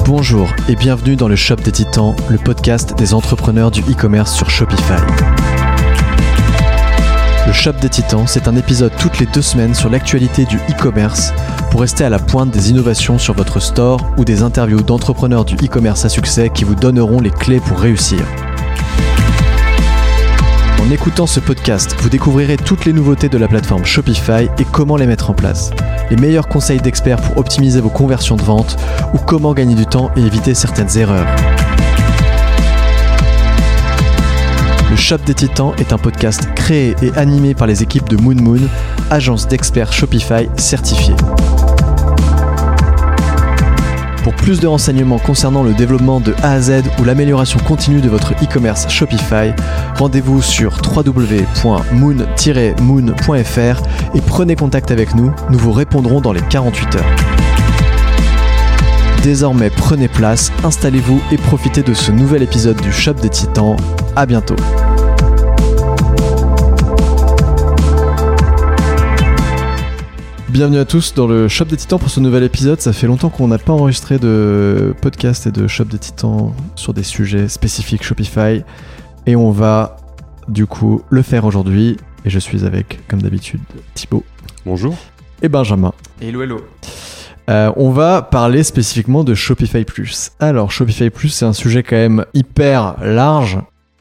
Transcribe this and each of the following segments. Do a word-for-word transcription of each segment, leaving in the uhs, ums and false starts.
Bonjour et bienvenue dans le Shop des Titans, le podcast des entrepreneurs du e-commerce sur Shopify. Le Shop des Titans, c'est un épisode toutes les deux semaines sur l'actualité du e-commerce pour rester à la pointe des innovations sur votre store ou des interviews d'entrepreneurs du e-commerce à succès qui vous donneront les clés pour réussir. En écoutant ce podcast, vous découvrirez toutes les nouveautés de la plateforme Shopify et comment les mettre en place, les meilleurs conseils d'experts pour optimiser vos conversions de vente ou comment gagner du temps et éviter certaines erreurs. Le Shop des Titans est un podcast créé et animé par les équipes de Moon Moon, agence d'experts Shopify certifiée. Pour plus de renseignements concernant le développement de A à Z ou l'amélioration continue de votre e-commerce Shopify, rendez-vous sur w w w point moon tiret moon point f r et prenez contact avec nous, nous vous répondrons dans les quarante-huit heures. Désormais, prenez place, installez-vous et profitez de ce nouvel épisode du Shop des Titans. À bientôt. Bienvenue à tous dans le Shop des Titans pour ce nouvel épisode. Ça fait longtemps qu'on n'a pas enregistré de podcast et de Shop des Titans sur des sujets spécifiques Shopify. Et on va du coup le faire aujourd'hui. Et je suis avec, comme d'habitude, Thibaut. Bonjour. Et Benjamin. Hello, hello. Euh, on va parler spécifiquement de Shopify Plus. Alors, Shopify Plus, c'est un sujet quand même hyper large.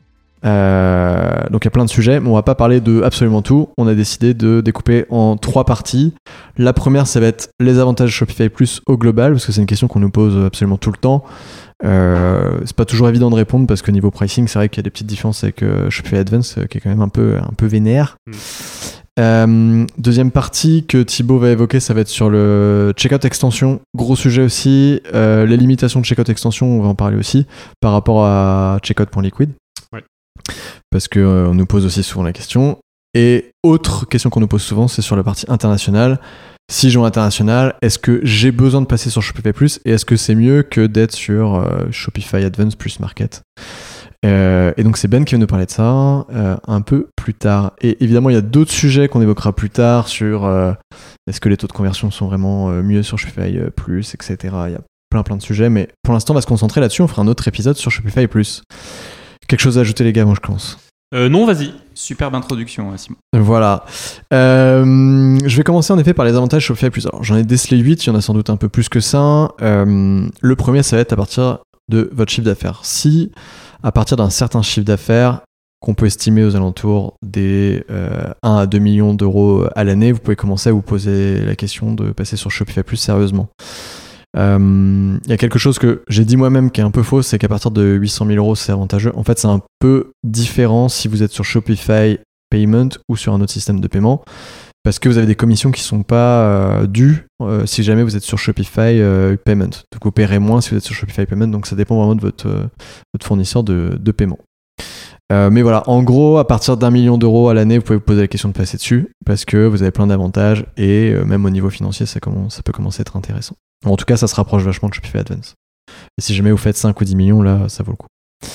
Euh, donc il y a plein de sujets, mais on va pas parler de absolument tout. On a décidé de découper en trois parties. La première, ça va être les avantages de Shopify Plus au global, parce que c'est une question qu'on nous pose absolument tout le temps. Euh, c'est pas toujours évident de répondre parce que niveau pricing, c'est vrai qu'il y a des petites différences avec euh, Shopify Advance, euh, qui est quand même un peu, un peu vénère. Mm. Euh, deuxième partie que Thibaut va évoquer, ça va être sur le checkout extension. Gros sujet aussi. Euh, les limitations de checkout extension, on va en parler aussi par rapport à checkout.liquid. Ouais. Parce qu'on euh, nous pose aussi souvent la question. Et autre question qu'on nous pose souvent, c'est sur la partie internationale. Si je vais international, est-ce que j'ai besoin de passer sur Shopify Plus et est-ce que c'est mieux que d'être sur euh, Shopify Advance plus Market? euh, Et donc c'est Ben qui va nous parler de ça euh, un peu plus tard. Et évidemment, il y a d'autres sujets qu'on évoquera plus tard sur euh, est-ce que les taux de conversion sont vraiment euh, mieux sur Shopify Plus, et cetera. Il y a plein plein de sujets, mais pour l'instant, on va se concentrer là-dessus. On fera un autre épisode sur Shopify Plus. Quelque chose à ajouter, les gars, moi je commence. Euh, non, vas-y. Superbe introduction, Simon. Voilà. Euh, je vais commencer en effet par les avantages Shopify Plus. Alors, j'en ai décelé huit, il y en a sans doute un peu plus que ça. Euh, le premier, ça va être à partir de votre chiffre d'affaires. Si, à partir d'un certain chiffre d'affaires, qu'on peut estimer aux alentours des euh, un à deux millions d'euros à l'année, vous pouvez commencer à vous poser la question de passer sur Shopify Plus sérieusement. Il euh, y a quelque chose que j'ai dit moi-même qui est un peu faux, c'est qu'à partir de huit cent mille euros, c'est avantageux. En fait, c'est un peu différent si vous êtes sur Shopify Payment ou sur un autre système de paiement, parce que vous avez des commissions qui ne sont pas euh, dues euh, si jamais vous êtes sur Shopify euh, Payment. Donc vous paierez moins si vous êtes sur Shopify Payment, donc ça dépend vraiment de votre, euh, votre fournisseur de, de paiement. Euh, mais voilà, en gros, à partir d'un million d'euros à l'année, vous pouvez vous poser la question de passer dessus, parce que vous avez plein d'avantages, et euh, même au niveau financier, ça, commence, ça peut commencer à être intéressant. En tout cas, ça se rapproche vachement de Shopify Advance. Et si jamais vous faites cinq ou dix millions, là, ça vaut le coup.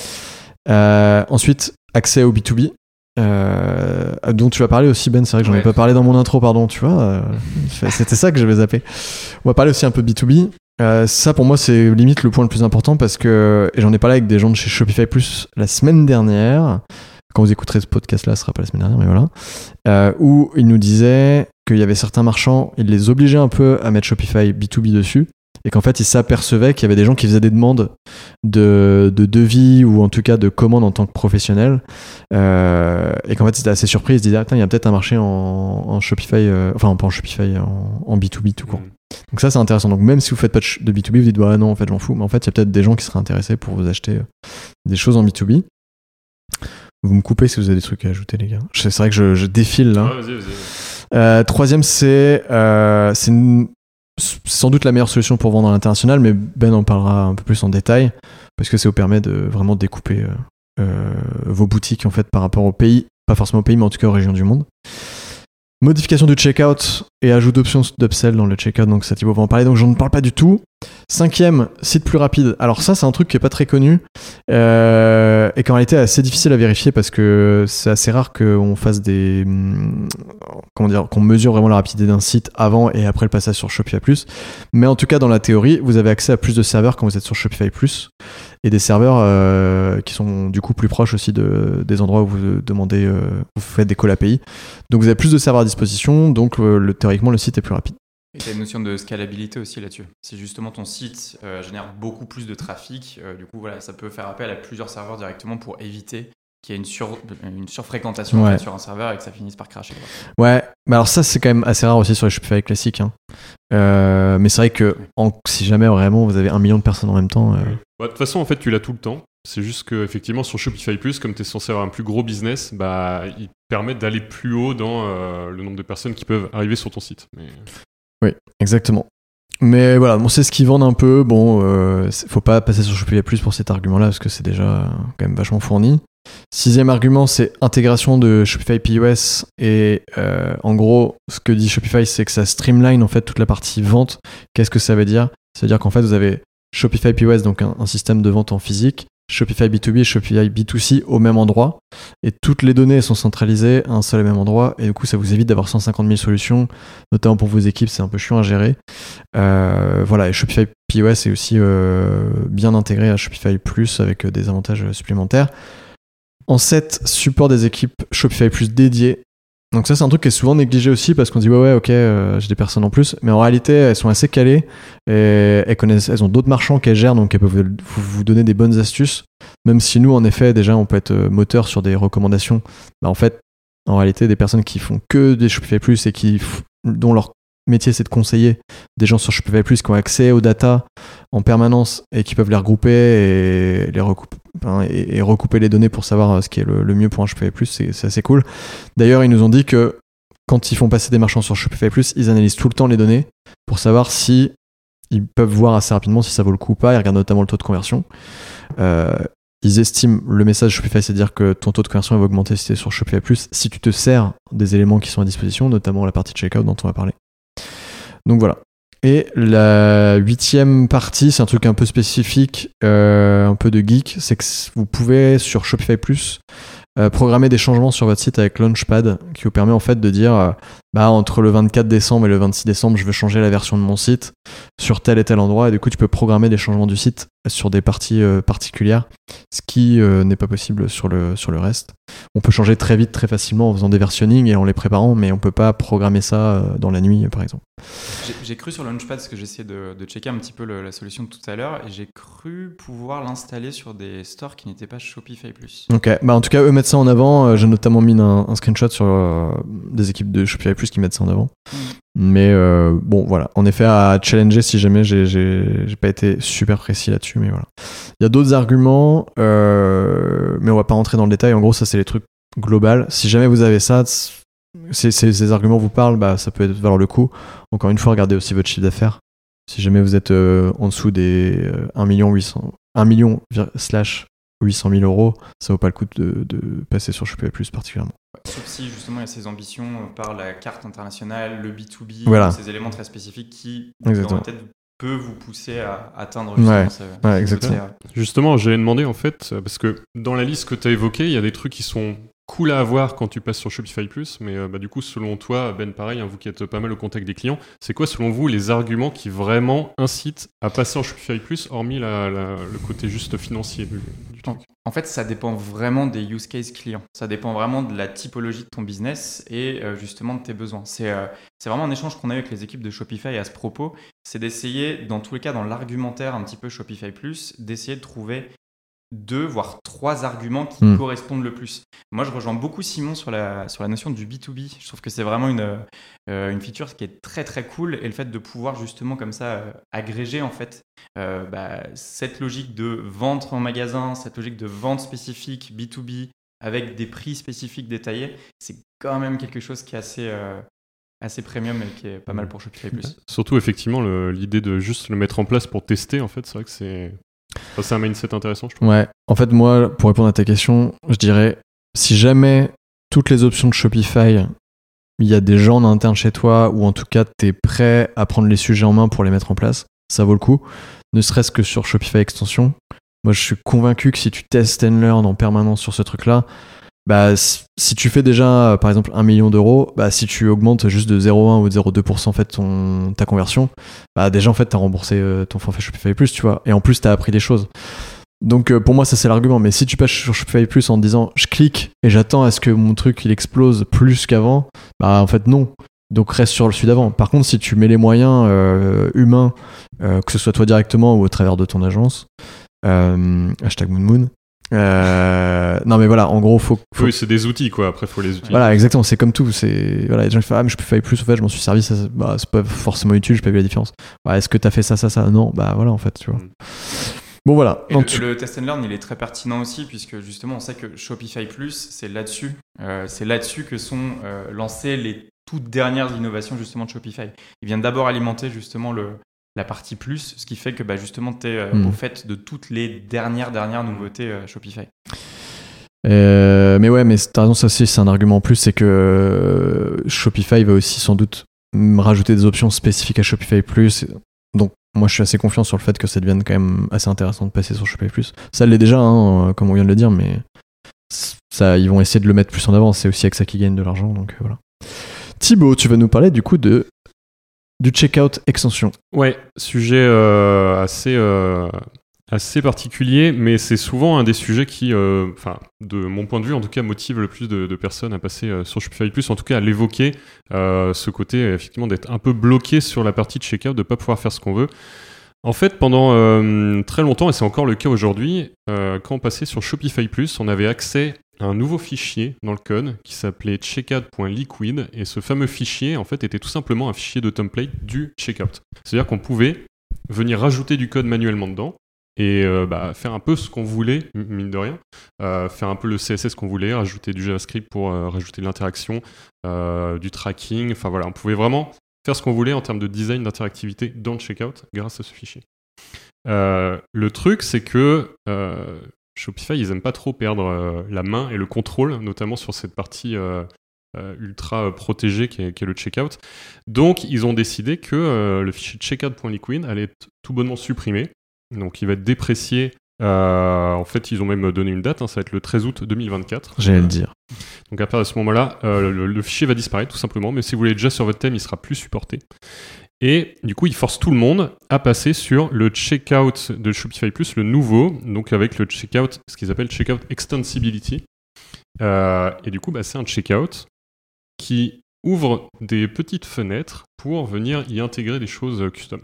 Euh, ensuite, accès au B deux B, euh, dont tu vas parler aussi, Ben. C'est vrai que j'en ai ouais. pas parlé dans mon intro, pardon, tu vois. Euh, c'était ça que j'avais zappé. On va parler aussi un peu B deux B. Euh, ça, pour moi, c'est limite le point le plus important parce que, et j'en ai parlé avec des gens de chez Shopify Plus la semaine dernière. Quand vous écouterez ce podcast-là, ce sera pas la semaine dernière, mais voilà. Euh, où ils nous disaient qu'il y avait certains marchands, ils les obligeaient un peu à mettre Shopify B deux B dessus, et qu'en fait, ils s'apercevaient qu'il y avait des gens qui faisaient des demandes de, de devis ou en tout cas de commandes en tant que professionnels, euh, et qu'en fait, ils étaient assez surpris. Ils se disaient, ah, il y a peut-être un marché en, en Shopify, euh, enfin, pas en Shopify, en, en B deux B tout court. Donc ça, c'est intéressant. Donc même si vous faites pas de B deux B, vous dites, bah non, en fait, j'en fous. Mais en fait, il y a peut-être des gens qui seraient intéressés pour vous acheter des choses en B deux B. Vous me coupez si vous avez des trucs à ajouter, les gars. C'est vrai que je, je défile là. Ah, vas-y, vas-y. Euh, troisième, c'est, euh, c'est une, sans doute la meilleure solution pour vendre à l'international, mais Ben en parlera un peu plus en détail, parce que ça vous permet de vraiment découper euh, euh, vos boutiques en fait par rapport au pays, pas forcément au pays, mais en tout cas aux régions du monde. Modification du checkout et ajout d'options d'upsell dans le checkout, donc ça Thibaut va en parler, donc j'en parle pas du tout. Cinquième, site plus rapide. Alors ça, c'est un truc qui est pas très connu euh, et qu'en réalité est assez difficile à vérifier parce que c'est assez rare qu'on fasse des, comment dire, qu'on mesure vraiment la rapidité d'un site avant et après le passage sur Shopify Plus. Mais en tout cas, dans la théorie, vous avez accès à plus de serveurs quand vous êtes sur Shopify Plus et des serveurs euh, qui sont du coup plus proches aussi de, des endroits où vous demandez, euh, vous faites des calls A P I. Donc vous avez plus de serveurs à disposition, donc euh, le, théoriquement le site est plus rapide. Et tu as une notion de scalabilité aussi là-dessus. Si justement ton site euh, génère beaucoup plus de trafic, euh, du coup voilà, ça peut faire appel à plusieurs serveurs directement pour éviter qu'il y ait une, sur, une surfréquentation ouais. en fait, sur un serveur et que ça finisse par crasher. Quoi. Ouais, mais alors ça c'est quand même assez rare aussi sur les Shopify classiques. Hein. Euh, mais c'est vrai que en, si jamais vraiment vous avez un million de personnes en même temps... Euh... Bah, de toute façon en fait tu l'as tout le temps. C'est juste qu'effectivement sur Shopify Plus, comme tu es censé avoir un plus gros business, bah, ils permettent d'aller plus haut dans euh, le nombre de personnes qui peuvent arriver sur ton site. Mais... Oui, exactement. Mais voilà, bon, c'est ce qu'ils vendent un peu. Bon, euh, faut pas passer sur Shopify Plus pour cet argument-là parce que c'est déjà quand même vachement fourni. Sixième argument, c'est intégration de Shopify P O S. Et euh, en gros, ce que dit Shopify, c'est que ça streamline en fait toute la partie vente. Qu'est-ce que ça veut dire ? Ça veut dire qu'en fait, vous avez Shopify P O S, donc un, un système de vente en physique, Shopify B deux B et Shopify B deux C au même endroit et toutes les données sont centralisées à un seul et même endroit et du coup ça vous évite d'avoir cent cinquante mille solutions, notamment pour vos équipes, c'est un peu chiant à gérer. Euh, voilà, et Shopify P O S est aussi euh, bien intégré à Shopify Plus avec des avantages supplémentaires. En sept, support des équipes Shopify Plus dédiées. Donc ça c'est un truc qui est souvent négligé aussi parce qu'on dit ouais ouais ok euh, j'ai des personnes en plus, mais en réalité elles sont assez calées et elles connaissent, elles ont d'autres marchands qu'elles gèrent donc elles peuvent vous donner des bonnes astuces, même si nous en effet déjà on peut être moteur sur des recommandations. Bah, en fait en réalité des personnes qui font que des Shopify Plus et qui dont leur métier c'est de conseiller des gens sur Shopify Plus qui ont accès aux data en permanence et qui peuvent les regrouper et les recouper hein, et, et recouper les données pour savoir ce qui est le, le mieux pour un Shopify Plus, c'est, c'est assez cool. D'ailleurs ils nous ont dit que quand ils font passer des marchands sur Shopify Plus, ils analysent tout le temps les données pour savoir si ils peuvent voir assez rapidement si ça vaut le coup ou pas. Ils regardent notamment le taux de conversion. Euh, ils estiment, le message Shopify c'est de dire que ton taux de conversion va augmenter si tu es sur Shopify Plus, si tu te sers des éléments qui sont à disposition, notamment la partie checkout dont on va parler. Donc voilà. Et la huitième partie, c'est un truc un peu spécifique, euh, un peu de geek, c'est que vous pouvez sur Shopify Plus euh, programmer des changements sur votre site avec Launchpad, qui vous permet en fait de dire euh, bah entre le vingt-quatre décembre et le vingt-six décembre, je veux changer la version de mon site sur tel et tel endroit, et du coup tu peux programmer des changements du site sur des parties euh, particulières, ce qui euh, n'est pas possible sur le, sur le reste. On peut changer très vite, très facilement en faisant des versionnings et en les préparant, mais on peut pas programmer ça euh, dans la nuit par exemple. J'ai, j'ai cru sur Launchpad, parce que j'essayais de, de checker un petit peu le, la solution de tout à l'heure, et j'ai cru pouvoir l'installer sur des stores qui n'étaient pas Shopify Plus. Ok, bah en tout cas eux mettent ça en avant, euh, j'ai notamment mis un, un screenshot sur euh, des équipes de Shopify Plus qui mettent ça en avant. Mmh. Mais euh, bon voilà, en effet à challenger si jamais j'ai, j'ai, j'ai pas été super précis là-dessus, mais voilà. Il y a d'autres arguments, euh, mais on va pas rentrer dans le détail, en gros ça c'est les trucs globaux. Si jamais vous avez ça, Ces, ces, ces arguments vous parlent, bah, ça peut être valoir le coup. Encore une fois, regardez aussi votre chiffre d'affaires. Si jamais vous êtes euh, en dessous des euh, un million huit cents slash huit cent mille euros, ça vaut pas le coup de, de passer sur Shopify Plus particulièrement. Sauf si justement il y a ces ambitions par la carte internationale, le B deux B, voilà. Ces éléments très spécifiques qui, exactement. dans la tête, peut vous pousser à atteindre justement ouais. ce, ouais, ce exactement. côté. Justement, j'allais demander en fait, parce que dans la liste que tu as évoquée, il y a des trucs qui sont cool à avoir quand tu passes sur Shopify Plus, mais euh, bah, du coup, selon toi, Ben, pareil, hein, vous qui êtes pas mal au contact des clients, c'est quoi selon vous les arguments qui vraiment incitent à passer en Shopify Plus, hormis la, la, le côté juste financier du, du truc ? En fait, ça dépend vraiment des use cases clients. Ça dépend vraiment de la typologie de ton business et euh, justement de tes besoins. C'est, euh, c'est vraiment un échange qu'on a eu avec les équipes de Shopify à ce propos. C'est d'essayer, dans tous les cas, dans l'argumentaire un petit peu Shopify Plus, d'essayer de trouver deux, voire trois arguments qui mmh. correspondent le plus. Moi, je rejoins beaucoup Simon sur la, sur la notion du B deux B. Je trouve que c'est vraiment une, euh, une feature qui est très, très cool. Et le fait de pouvoir justement comme ça euh, agréger en fait euh, bah, cette logique de vente en magasin, cette logique de vente spécifique B deux B avec des prix spécifiques détaillés, c'est quand même quelque chose qui est assez... Euh, assez premium et qui est pas mal pour Shopify Plus. Surtout, effectivement, le, l'idée de juste le mettre en place pour tester, en fait, c'est vrai que c'est... Enfin, c'est un mindset intéressant, je trouve. Ouais. En fait, moi, pour répondre à ta question, je dirais, si jamais toutes les options de Shopify, il y a des gens en interne chez toi, ou en tout cas, tu es prêt à prendre les sujets en main pour les mettre en place, ça vaut le coup. Ne serait-ce que sur Shopify Extension. Moi, je suis convaincu que si tu testes and learn en permanence sur ce truc-là, bah, si tu fais déjà, par exemple, un million d'euros, bah, si tu augmentes juste de zéro virgule un ou de zéro virgule deux pour cent en fait, ton, ta conversion, bah, déjà, en fait, t'as remboursé euh, ton forfait Shopify Plus, tu vois. Et en plus, t'as appris des choses. Donc, euh, pour moi, ça, c'est l'argument. Mais si tu passes sur Shopify Plus en te disant, je clique et j'attends à ce que mon truc, il explose plus qu'avant, bah, en fait, non. Donc, reste sur celui d'avant. Par contre, si tu mets les moyens euh, humains, euh, que ce soit toi directement ou au travers de ton agence, euh, hashtag MoonMoon, Euh, non mais voilà, en gros faut, faut... oui, c'est des outils quoi, après faut les utiliser. Voilà, exactement, c'est comme tout, c'est voilà, les gens qui font ah mais je peux faire plus, en fait je m'en suis servi, ça, bah c'est pas forcément utile, j'ai pas vu la différence. Bah, est-ce que t'as fait ça ça ça? Non, bah voilà en fait, tu vois. Mm. Bon voilà. Et le, tu... le test and learn il est très pertinent aussi puisque justement on sait que Shopify Plus c'est là-dessus, euh, c'est là-dessus que sont euh, lancées les toutes dernières innovations justement de Shopify. Ils viennent d'abord alimenter justement le la partie plus, ce qui fait que bah, justement tu es euh, mmh. au fait de toutes les dernières dernières nouveautés euh, Shopify. Euh, mais ouais, mais t'as raison, ça aussi c'est un argument en plus, c'est que euh, Shopify va aussi sans doute rajouter des options spécifiques à Shopify Plus. Donc moi je suis assez confiant sur le fait que ça devienne quand même assez intéressant de passer sur Shopify Plus. Ça l'est déjà, hein, comme on vient de le dire, mais ça, ils vont essayer de le mettre plus en avant. C'est aussi avec ça qu'ils gagnent de l'argent, donc euh, voilà. Thibaut, tu vas nous parler du coup de du checkout extension. Ouais, sujet euh, assez, euh, assez particulier, mais c'est souvent un des sujets qui, enfin, euh, de mon point de vue en tout cas, motive le plus de, de personnes à passer euh, sur Shopify Plus, en tout cas à l'évoquer, euh, ce côté effectivement d'être un peu bloqué sur la partie de checkout, de ne pas pouvoir faire ce qu'on veut. En fait, pendant euh, très longtemps, et c'est encore le cas aujourd'hui, euh, quand on passait sur Shopify Plus, on avait accès à un nouveau fichier dans le code qui s'appelait checkout.liquid, et ce fameux fichier, en fait, était tout simplement un fichier de template du checkout. C'est-à-dire qu'on pouvait venir rajouter du code manuellement dedans et euh, bah, faire un peu ce qu'on voulait, mine de rien, euh, faire un peu le C S S qu'on voulait, rajouter du JavaScript pour euh, rajouter de l'interaction, euh, du tracking, enfin voilà, on pouvait vraiment faire ce qu'on voulait en termes de design d'interactivité dans le checkout grâce à ce fichier. Euh, le truc, c'est que euh, Shopify, ils aiment pas trop perdre euh, la main et le contrôle, notamment sur cette partie euh, euh, ultra protégée qui est, qui est le checkout. Donc, ils ont décidé que euh, le fichier checkout.liquid allait être tout bonnement supprimé. Donc, il va être déprécié. Euh, en fait, ils ont même donné une date, hein, ça va être le treize août deux mille vingt-quatre. J'allais le dire. Donc, à partir de ce moment-là, euh, le, le fichier va disparaître tout simplement. Mais si vous voulez déjà sur votre thème, il sera plus supporté. Et du coup, il force tout le monde à passer sur le checkout de Shopify Plus, le nouveau, donc avec le checkout, ce qu'ils appellent checkout extensibility. Euh, et du coup, bah, c'est un checkout qui ouvre des petites fenêtres pour venir y intégrer des choses custom.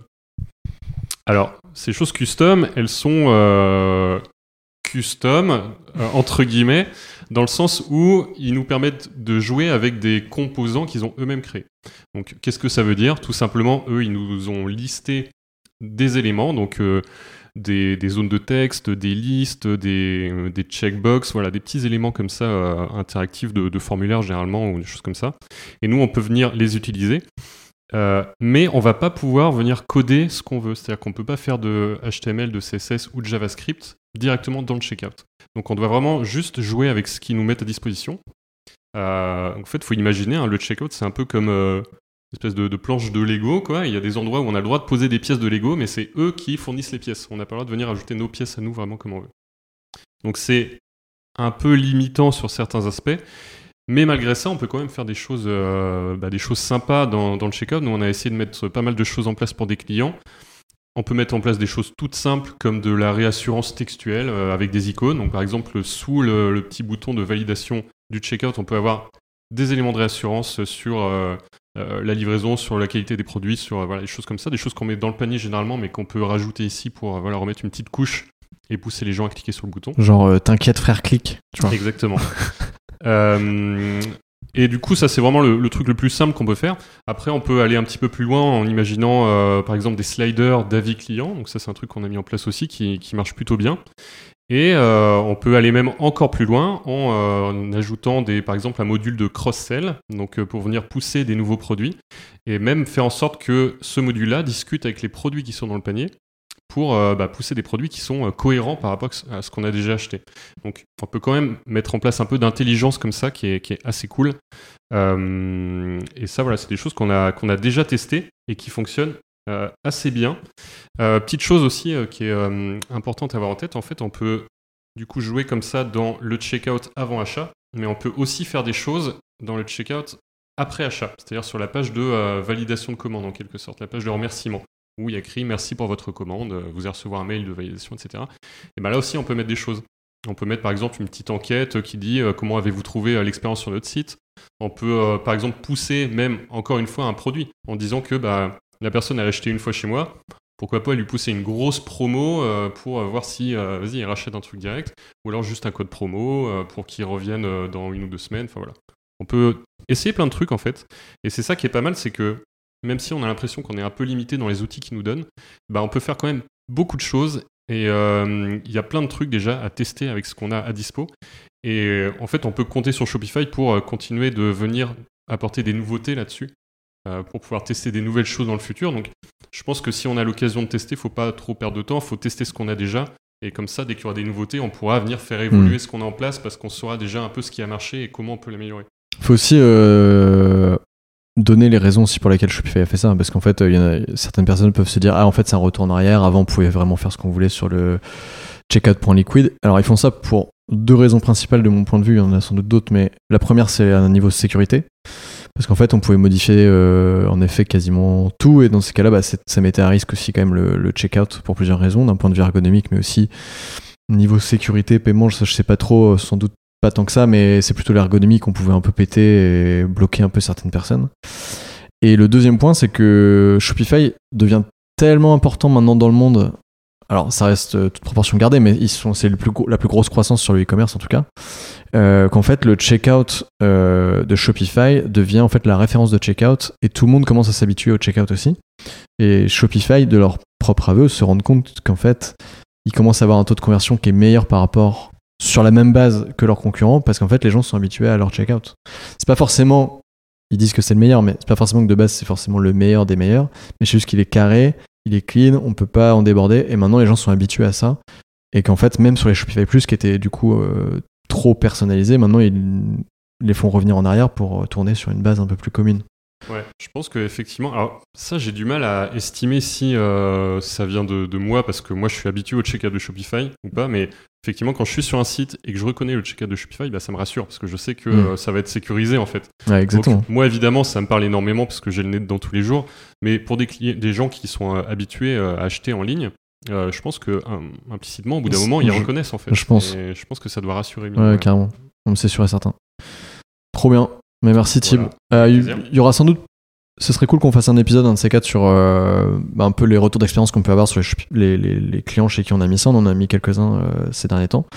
Alors, ces choses custom, elles sont euh, custom, euh, entre guillemets, dans le sens où ils nous permettent de jouer avec des composants qu'ils ont eux-mêmes créés. Donc, qu'est-ce que ça veut dire ? Tout simplement, eux, ils nous ont listé des éléments, donc euh, des, des zones de texte, des listes, des, euh, des checkbox, voilà, des petits éléments comme ça, euh, interactifs de, de formulaire généralement, ou des choses comme ça. Et nous, on peut venir les utiliser. Euh, mais on va pas pouvoir venir coder ce qu'on veut, c'est-à-dire qu'on peut pas faire de H T M L, de C S S ou de JavaScript directement dans le checkout. Donc on doit vraiment juste jouer avec ce qu'ils nous mettent à disposition. Euh, en fait, il faut imaginer, hein, le checkout, c'est un peu comme euh, une espèce de, de planche de Lego, quoi. Il y a des endroits où on a le droit de poser des pièces de Lego, mais c'est eux qui fournissent les pièces. On n'a pas le droit de venir ajouter nos pièces à nous vraiment comme on veut. Donc c'est un peu limitant sur certains aspects. Mais malgré ça, on peut quand même faire des choses, euh, bah, des choses sympas dans, dans le checkout. Nous, on a essayé de mettre pas mal de choses en place pour des clients. On peut mettre en place des choses toutes simples comme de la réassurance textuelle euh, avec des icônes. Donc, par exemple, sous le, le petit bouton de validation du checkout, on peut avoir des éléments de réassurance sur euh, euh, la livraison, sur la qualité des produits, sur euh, voilà, des choses comme ça. Des choses qu'on met dans le panier généralement, mais qu'on peut rajouter ici pour euh, voilà, remettre une petite couche et pousser les gens à cliquer sur le bouton. Genre, euh, t'inquiète frère, clique. Tu vois. Exactement. Euh, et du coup, ça c'est vraiment le, le truc le plus simple qu'on peut faire. Après, on peut aller un petit peu plus loin en imaginant euh, par exemple des sliders d'avis clients. Donc ça, c'est un truc qu'on a mis en place aussi qui, qui marche plutôt bien. Et euh, on peut aller même encore plus loin en, euh, en ajoutant des, par exemple un module de cross-sell, donc euh, pour venir pousser des nouveaux produits et même faire en sorte que ce module-là discute avec les produits qui sont dans le panier pour euh, bah, pousser des produits qui sont euh, cohérents par rapport à ce qu'on a déjà acheté. Donc on peut quand même mettre en place un peu d'intelligence comme ça qui est, qui est assez cool. Euh, et ça, voilà, c'est des choses qu'on a, qu'on a déjà testées et qui fonctionnent euh, assez bien. Euh, petite chose aussi euh, qui est euh, importante à avoir en tête, en fait, on peut du coup jouer comme ça dans le checkout avant achat, mais on peut aussi faire des choses dans le checkout après achat, c'est-à-dire sur la page de euh, validation de commande en quelque sorte, la page de remerciement, où il y a écrit « Merci pour votre commande, vous allez recevoir un mail de validation, et cetera » Et bien là aussi, on peut mettre des choses. On peut mettre par exemple une petite enquête qui dit euh, « Comment avez-vous trouvé euh, l'expérience sur notre site ?» On peut euh, par exemple pousser même encore une fois un produit en disant que bah, la personne a acheté une fois chez moi, pourquoi pas lui pousser une grosse promo euh, pour euh, voir si euh, vas-y, il rachète un truc direct, ou alors juste un code promo euh, pour qu'il revienne euh, dans une ou deux semaines. Enfin voilà. On peut essayer plein de trucs en fait. Et c'est ça qui est pas mal, c'est que même si on a l'impression qu'on est un peu limité dans les outils qu'ils nous donnent, bah, on peut faire quand même beaucoup de choses. Et il euh, y a plein de trucs déjà à tester avec ce qu'on a à dispo. Et euh, en fait, on peut compter sur Shopify pour euh, continuer de venir apporter des nouveautés là-dessus, euh, pour pouvoir tester des nouvelles choses dans le futur. Donc, je pense que si on a l'occasion de tester, il ne faut pas trop perdre de temps, il faut tester ce qu'on a déjà. Et comme ça, dès qu'il y aura des nouveautés, on pourra venir faire évoluer mmh. ce qu'on a en place parce qu'on saura déjà un peu ce qui a marché et comment on peut l'améliorer. Il faut aussi euh, donner les raisons aussi pour lesquelles Shopify a fait ça, parce qu'en fait, il y en a, certaines personnes peuvent se dire « Ah, en fait, c'est un retour en arrière. Avant, on pouvait vraiment faire ce qu'on voulait sur le checkout.liquid. » Alors, ils font ça pour deux raisons principales de mon point de vue. Il y en a sans doute d'autres, mais la première, c'est un niveau de sécurité. Parce qu'en fait, on pouvait modifier euh, en effet quasiment tout, et dans ces cas-là, bah, ça mettait à risque aussi quand même le, le checkout pour plusieurs raisons, d'un point de vue ergonomique, mais aussi niveau sécurité, paiement, je, je sais pas trop, sans doute pas tant que ça, mais c'est plutôt l'ergonomie qu'on pouvait un peu péter et bloquer un peu certaines personnes. Et le deuxième point, c'est que Shopify devient tellement important maintenant dans le monde. Alors, ça reste euh, toute proportion gardée, mais ils sont, c'est le plus gros, la plus grosse croissance sur le e-commerce en tout cas. Euh, qu'en fait, le checkout euh, de Shopify devient en fait la référence de checkout et tout le monde commence à s'habituer au checkout aussi. Et Shopify, de leur propre aveu, se rendent compte qu'en fait, ils commencent à avoir un taux de conversion qui est meilleur par rapport sur la même base que leurs concurrents parce qu'en fait, les gens sont habitués à leur checkout. C'est pas forcément, ils disent que c'est le meilleur, mais c'est pas forcément que de base c'est forcément le meilleur des meilleurs, mais c'est juste qu'il est carré. Il est clean, on peut pas en déborder, et maintenant les gens sont habitués à ça, et qu'en fait même sur les Shopify Plus qui étaient du coup euh, trop personnalisés, maintenant ils les font revenir en arrière pour tourner sur une base un peu plus commune. Ouais, je pense qu'effectivement, alors ça j'ai du mal à estimer si euh, ça vient de, de moi, parce que moi je suis habitué au checkout de Shopify ou pas, mais effectivement quand je suis sur un site et que je reconnais le checkout de Shopify, bah, ça me rassure, parce que je sais que mmh. euh, ça va être sécurisé en fait. Ouais, exactement. Donc, moi évidemment ça me parle énormément parce que j'ai le nez dedans tous les jours, mais pour des, cli- des gens qui sont euh, habitués euh, à acheter en ligne, euh, je pense que euh, implicitement au bout d'un moment ils je, reconnaissent en fait. Je pense. Et je pense que ça doit rassurer. Ouais, ouais, carrément. C'est sûr et certain. Trop bien. Mais merci Thib. Il voilà. euh, y, y aura sans doute. Ce serait cool qu'on fasse un épisode, un de ces quatre, sur euh, bah, un peu les retours d'expérience qu'on peut avoir sur les, les, les clients chez qui on a mis ça. On en a mis quelques-uns euh, ces derniers temps.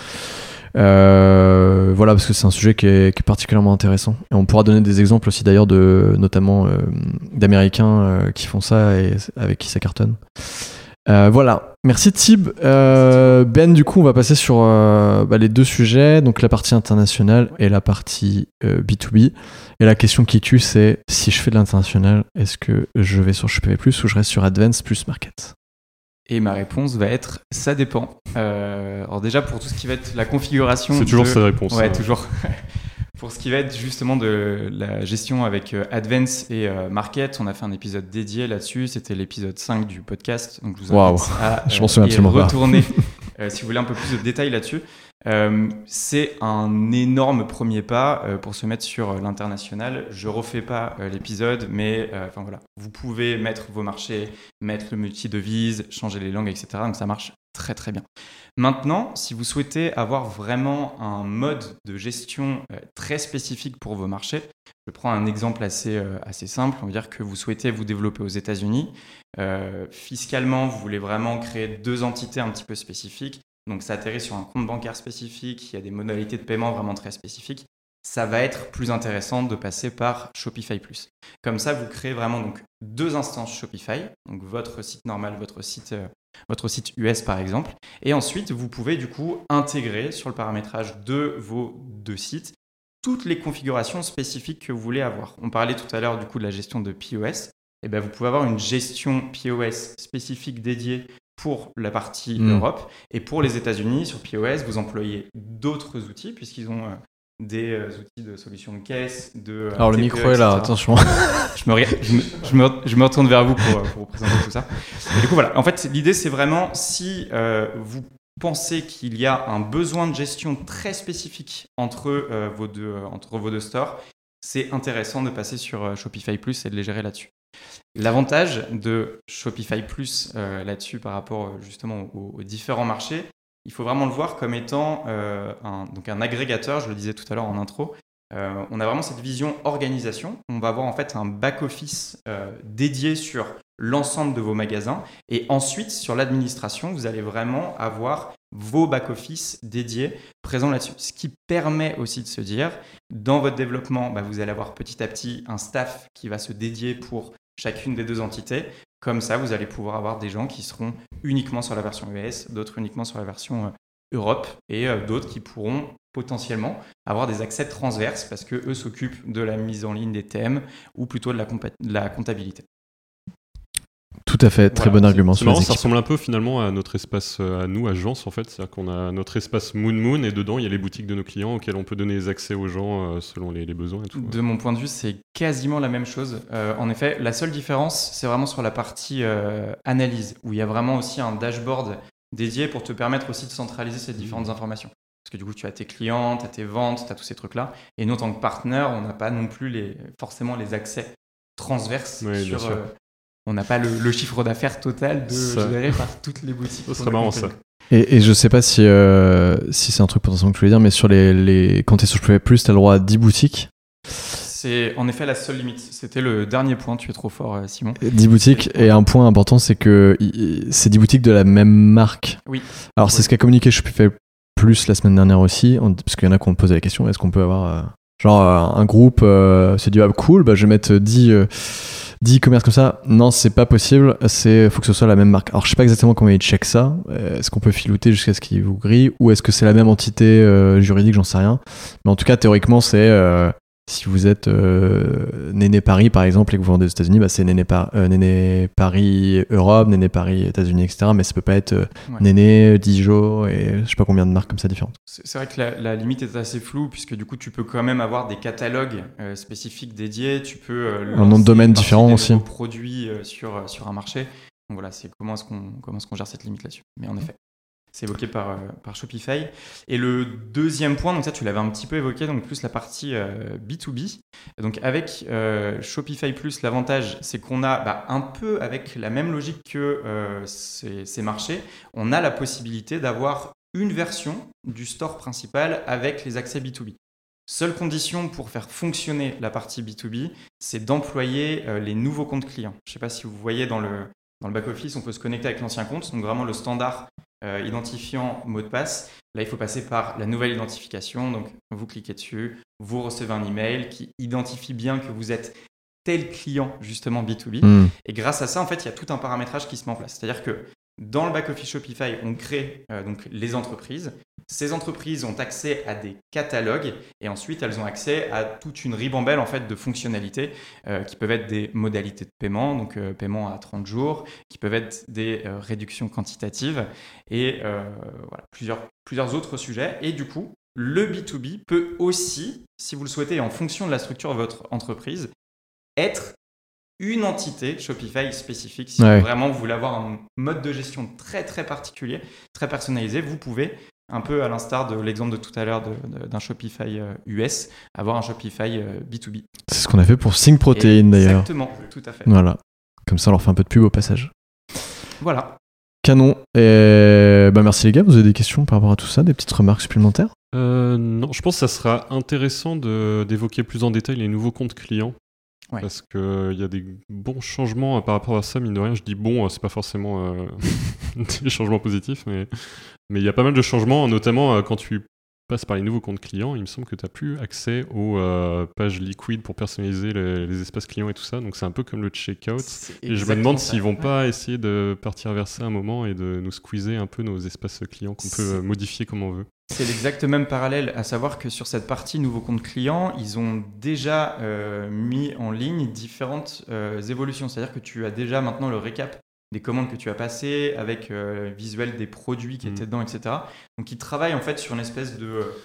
Euh, voilà, parce que c'est un sujet qui est, qui est particulièrement intéressant. Et on pourra donner des exemples aussi d'ailleurs, de, notamment euh, d'Américains euh, qui font ça et avec qui ça cartonne. Euh, voilà, merci Thib. Euh, Ben, du coup, on va passer sur euh, bah, les deux sujets, donc la partie internationale et la partie euh, B deux B. Et la question qui tue, c'est si je fais de l'international, est-ce que je vais sur Shopify Plus ou je reste sur Advance plus Market ? Et ma réponse va être ça dépend. Euh, alors déjà pour tout ce qui va être la configuration. C'est toujours de... cette réponse. Ouais, hein. toujours. Pour ce qui va être justement de la gestion avec euh, Advance et euh, Market, on a fait un épisode dédié là-dessus. C'était l'épisode cinq du podcast. Donc je vous invite wow. à je m'en souviens absolument pas. retourner euh, si vous voulez un peu plus de détails là-dessus. Euh, c'est un énorme premier pas euh, pour se mettre sur euh, l'international. Je refais pas euh, l'épisode, mais euh, enfin voilà, vous pouvez mettre vos marchés, mettre le multi-devise, changer les langues, et cetera. Donc ça marche très très bien. Maintenant, si vous souhaitez avoir vraiment un mode de gestion euh, très spécifique pour vos marchés, je prends un exemple assez, euh, assez simple. On va dire que vous souhaitez vous développer aux États-Unis. Euh, fiscalement, vous voulez vraiment créer deux entités un petit peu spécifiques. Donc ça atterrit sur un compte bancaire spécifique, il y a des modalités de paiement vraiment très spécifiques. Ça va être plus intéressant de passer par Shopify Plus. Comme ça, vous créez vraiment donc deux instances Shopify, donc votre site normal, votre site, euh, votre site U S par exemple. Et ensuite, vous pouvez du coup intégrer sur le paramétrage de vos deux sites toutes les configurations spécifiques que vous voulez avoir. On parlait tout à l'heure du coup de la gestion de P O S. Et bien, vous pouvez avoir une gestion P O S spécifique dédiée pour la partie mmh. Europe. Et pour les États-Unis, sur P O S, vous employez d'autres outils puisqu'ils ont euh, des euh, outils de solutions de caisse, de euh, Alors le T P E, micro est là, et cetera. attention. je, me, je, me, je, me, je me retourne vers vous pour, pour vous présenter tout ça. Et du coup, voilà. En fait, l'idée, c'est vraiment si euh, vous pensez qu'il y a un besoin de gestion très spécifique entre, euh, vos, deux, euh, entre vos deux stores, c'est intéressant de passer sur euh, Shopify Plus et de les gérer là-dessus. L'avantage de Shopify Plus euh, là-dessus par rapport justement aux, aux différents marchés, il faut vraiment le voir comme étant euh, un, donc un agrégateur, je le disais tout à l'heure en intro. Euh, on a vraiment cette vision organisation. On va avoir en fait un back-office euh, dédié sur l'ensemble de vos magasins. Et ensuite, sur l'administration, vous allez vraiment avoir vos back-office dédiés présents là-dessus. Ce qui permet aussi de se dire, dans votre développement, bah, vous allez avoir petit à petit un staff qui va se dédier pour chacune des deux entités. Comme ça, vous allez pouvoir avoir des gens qui seront uniquement sur la version U S, d'autres uniquement sur la version euh, Europe et euh, d'autres qui pourront potentiellement avoir des accès transverses parce qu'eux s'occupent de la mise en ligne des thèmes ou plutôt de la, compa- de la comptabilité. Tout à fait, très Voilà, bon argument C'est sur marrant, les ça équipes. ressemble un peu finalement à notre espace, euh, à nous, agence en fait. C'est-à-dire qu'on a notre espace Moon Moon et dedans il y a les boutiques de nos clients auxquelles on peut donner les accès aux gens euh, selon les, les besoins et tout. De mon point de vue, c'est quasiment la même chose. Euh, en effet, la seule différence, c'est vraiment sur la partie euh, analyse, où il y a vraiment aussi un dashboard dédié pour te permettre aussi de centraliser ces différentes informations. Parce que du coup, tu as tes clients, tu as tes ventes, tu as tous ces trucs-là. Et nous, en tant que partenaire, on n'a pas non plus les, forcément les accès transverses Oui, bien sur... sûr. Euh, on n'a pas le, le chiffre d'affaires total de Ça- géré par toutes les boutiques. Ça qu'on serait marrant, accompagne. ça. Et, et je sais pas si, euh, si c'est un truc potentiellement que tu voulais dire, mais sur les, les... quand tu es sur Shopify Plus, tu as le droit à dix boutiques. C'est en effet la seule limite. C'était le dernier point. Tu es trop fort, euh, Simon. dix boutiques, et un point important, c'est que i- c'est dix boutiques de la même marque. Oui. Alors, c'est Oui. ce qu'a communiqué Shopify Plus la semaine dernière aussi, on- parce qu'il y en a qui ont posé la question, est-ce qu'on peut avoir euh, genre euh, un groupe euh, se dit ah, cool, bah, je vais mettre dix, euh, dix commerces comme ça. Non, c'est pas possible, il faut que ce soit la même marque. Alors, je sais pas exactement comment ils checkent ça. Euh, Est-ce qu'on peut filouter jusqu'à ce qu'ils vous grillent, ou est-ce que c'est la même entité euh, juridique, j'en sais rien. Mais en tout cas, théoriquement, c'est... euh, si vous êtes euh, Néné Paris par exemple et que vous vendez aux États-Unis, bah, c'est Néné, Par- euh, Néné Paris Europe, Néné Paris États-Unis, et cetera. Mais ça peut pas être euh, Ouais. Néné, Dijon et je sais pas combien de marques comme ça différentes. C'est c'est vrai que la, la limite est assez floue puisque du coup tu peux quand même avoir des catalogues euh, spécifiques dédiés, tu peux euh, Un nom de lancer domaine une partie différent des aussi. nouveaux produits euh, sur, euh, sur un marché. Donc voilà, c'est comment est-ce qu'on comment est-ce qu'on gère cette limite là-dessus. Mais en effet, c'est évoqué par, euh, par Shopify. Et le deuxième point, donc ça tu l'avais un petit peu évoqué, donc plus la partie euh, B deux B. Donc avec euh, Shopify Plus, l'avantage c'est qu'on a bah, un peu avec la même logique que euh, ces, ces marchés, on a la possibilité d'avoir une version du store principal avec les accès B deux B. Seule condition pour faire fonctionner la partie B deux B, c'est d'employer euh, les nouveaux comptes clients. Je ne sais pas si vous voyez dans le, dans le back-office, on peut se connecter avec l'ancien compte, donc vraiment le standard euh, identifiant mot de passe. Là, il faut passer par la nouvelle identification, donc vous cliquez dessus, vous recevez un email qui identifie bien que vous êtes tel client justement B deux B. Hmm. Et grâce à ça, en fait, il y a tout un paramétrage qui se met en place. C'est-à-dire que dans le back-office Shopify, on crée euh, donc les entreprises. Ces entreprises ont accès à des catalogues et ensuite elles ont accès à toute une ribambelle en fait de fonctionnalités euh, qui peuvent être des modalités de paiement, donc euh, paiement à trente jours, qui peuvent être des euh, réductions quantitatives et euh, voilà, plusieurs, plusieurs autres sujets. Et du coup, le B deux B peut aussi, si vous le souhaitez, en fonction de la structure de votre entreprise, être une entité Shopify spécifique. Si Ouais. vraiment vous voulez avoir un mode de gestion très très particulier, très personnalisé, vous pouvez, un peu à l'instar de l'exemple de tout à l'heure de- de- d'un Shopify euh, U S, avoir un Shopify euh, B deux B. C'est ce qu'on a fait pour Sync Protein d'ailleurs. Exactement, tout à fait. Voilà. Comme ça, on leur fait un peu de pub au passage. Voilà. Canon. Et bah, merci les gars, vous avez des questions par rapport à tout ça, des petites remarques supplémentaires? Euh, non, je pense que ça sera intéressant de- d'évoquer plus en détail les nouveaux comptes clients. Ouais. Parce qu'il y a des bons changements euh, par rapport à ça, mine de rien. Je dis bon, euh, c'est pas forcément euh, des changements positifs, mais mais il y a pas mal de changements, notamment euh, quand tu passes par les nouveaux comptes clients. Il me semble que tu n'as plus accès aux euh, pages liquides pour personnaliser les, les espaces clients et tout ça. Donc c'est un peu comme le checkout. C'est Et je me exactement demande ça. s'ils vont Ouais. pas essayer de partir vers ça un moment et de nous squeezer un peu nos espaces clients qu'on peut C'est- euh, modifier comme on veut. C'est l'exact même parallèle, à savoir que sur cette partie nouveau compte client, ils ont déjà euh, mis en ligne différentes euh, évolutions. C'est-à-dire que tu as déjà maintenant le récap des commandes que tu as passées avec euh, visuel des produits qui Mm. étaient dedans, et cetera. Donc ils travaillent en fait sur une espèce de,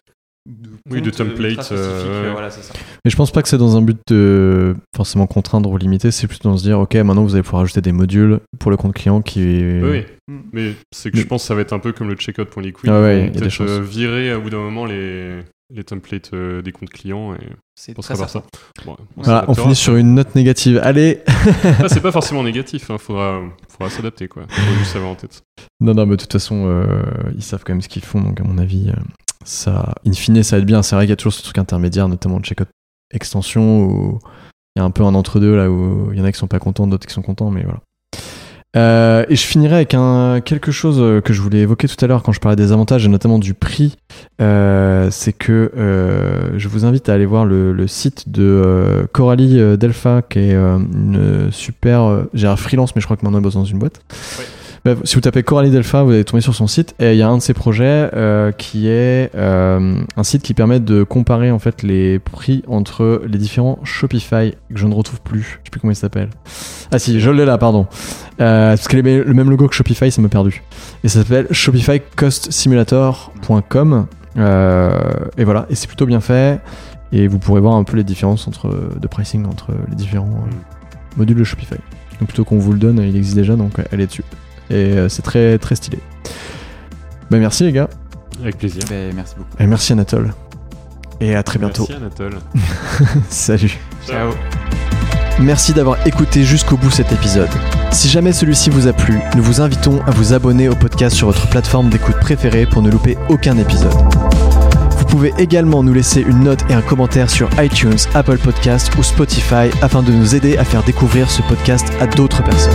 Oui, de template. ultra spécifique, Euh... euh, voilà, c'est ça. Mais je pense pas que c'est dans un but de forcément contraindre ou limiter, c'est plutôt dans se dire, ok, maintenant vous allez pouvoir ajouter des modules pour le compte client qui est... Oui, Mm. mais c'est que Mais- je pense que ça va être un peu comme le checkout.liquid. Ah ouais, Ils vont il y a des peut-être chances. euh, virer au bout d'un moment les, les templates euh, des comptes clients et C'est on très sera vers certain. ça. Bon, on Voilà, on s'adaptera. finit sur une note négative. Allez. Ah, c'est pas forcément négatif, hein. faudra, faudra s'adapter, quoi. Faut juste savoir en tête. Non, non, mais de toute façon, euh, ils savent quand même ce qu'ils font, donc à mon avis, euh, ça, in fine, ça va être bien. C'est vrai qu'il y a toujours ce truc intermédiaire, notamment le checkout extension, où il y a un peu un entre-deux, là où il y en a qui sont pas contents, d'autres qui sont contents, mais voilà. Euh, et je finirai avec un, quelque chose que je voulais évoquer tout à l'heure quand je parlais des avantages et notamment du prix. Euh, c'est que euh, je vous invite à aller voir le, le site de euh, Coralie euh, Delpha, qui est euh, une super. Euh, j'ai un freelance, mais je crois que maintenant elle bosse dans une boîte. Ouais. Bref, si vous tapez Coralie Delpha, vous allez tomber sur son site et il y a un de ses projets euh, qui est euh, un site qui permet de comparer en fait les prix entre les différents Shopify que je ne retrouve plus. Je sais plus comment il s'appelle. Ah si, je l'ai là, pardon. Euh, parce qu'elle est le même logo que Shopify, ça m'a perdu. Et ça s'appelle shopify cost simulator point com. Euh, et voilà, et c'est plutôt bien fait. Et vous pourrez voir un peu les différences entre, de pricing entre les différents euh, modules de Shopify. Donc plutôt qu'on vous le donne, il existe déjà, donc elle est dessus. Et euh, c'est très très stylé. Bah merci les gars. Avec plaisir. Ben, merci beaucoup. Et merci Anatole. Et à très bientôt. Merci Anatole. Salut. Ciao. Merci d'avoir écouté jusqu'au bout cet épisode. Si jamais celui-ci vous a plu, nous vous invitons à vous abonner au podcast sur votre plateforme d'écoute préférée pour ne louper aucun épisode. Vous pouvez également nous laisser une note et un commentaire sur iTunes, Apple Podcasts ou Spotify afin de nous aider à faire découvrir ce podcast à d'autres personnes.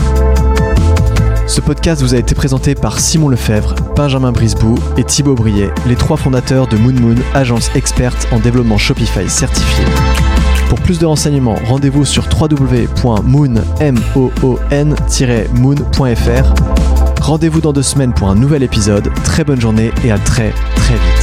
Ce podcast vous a été présenté par Simon Lefebvre, Benjamin Brisebout et Thibaut Briet, les trois fondateurs de Moon Moon, agence experte en développement Shopify certifié. Pour plus de renseignements, rendez-vous sur w w w point moon tiret moon point f r. Rendez-vous dans deux semaines pour un nouvel épisode. Très bonne journée et à très très vite.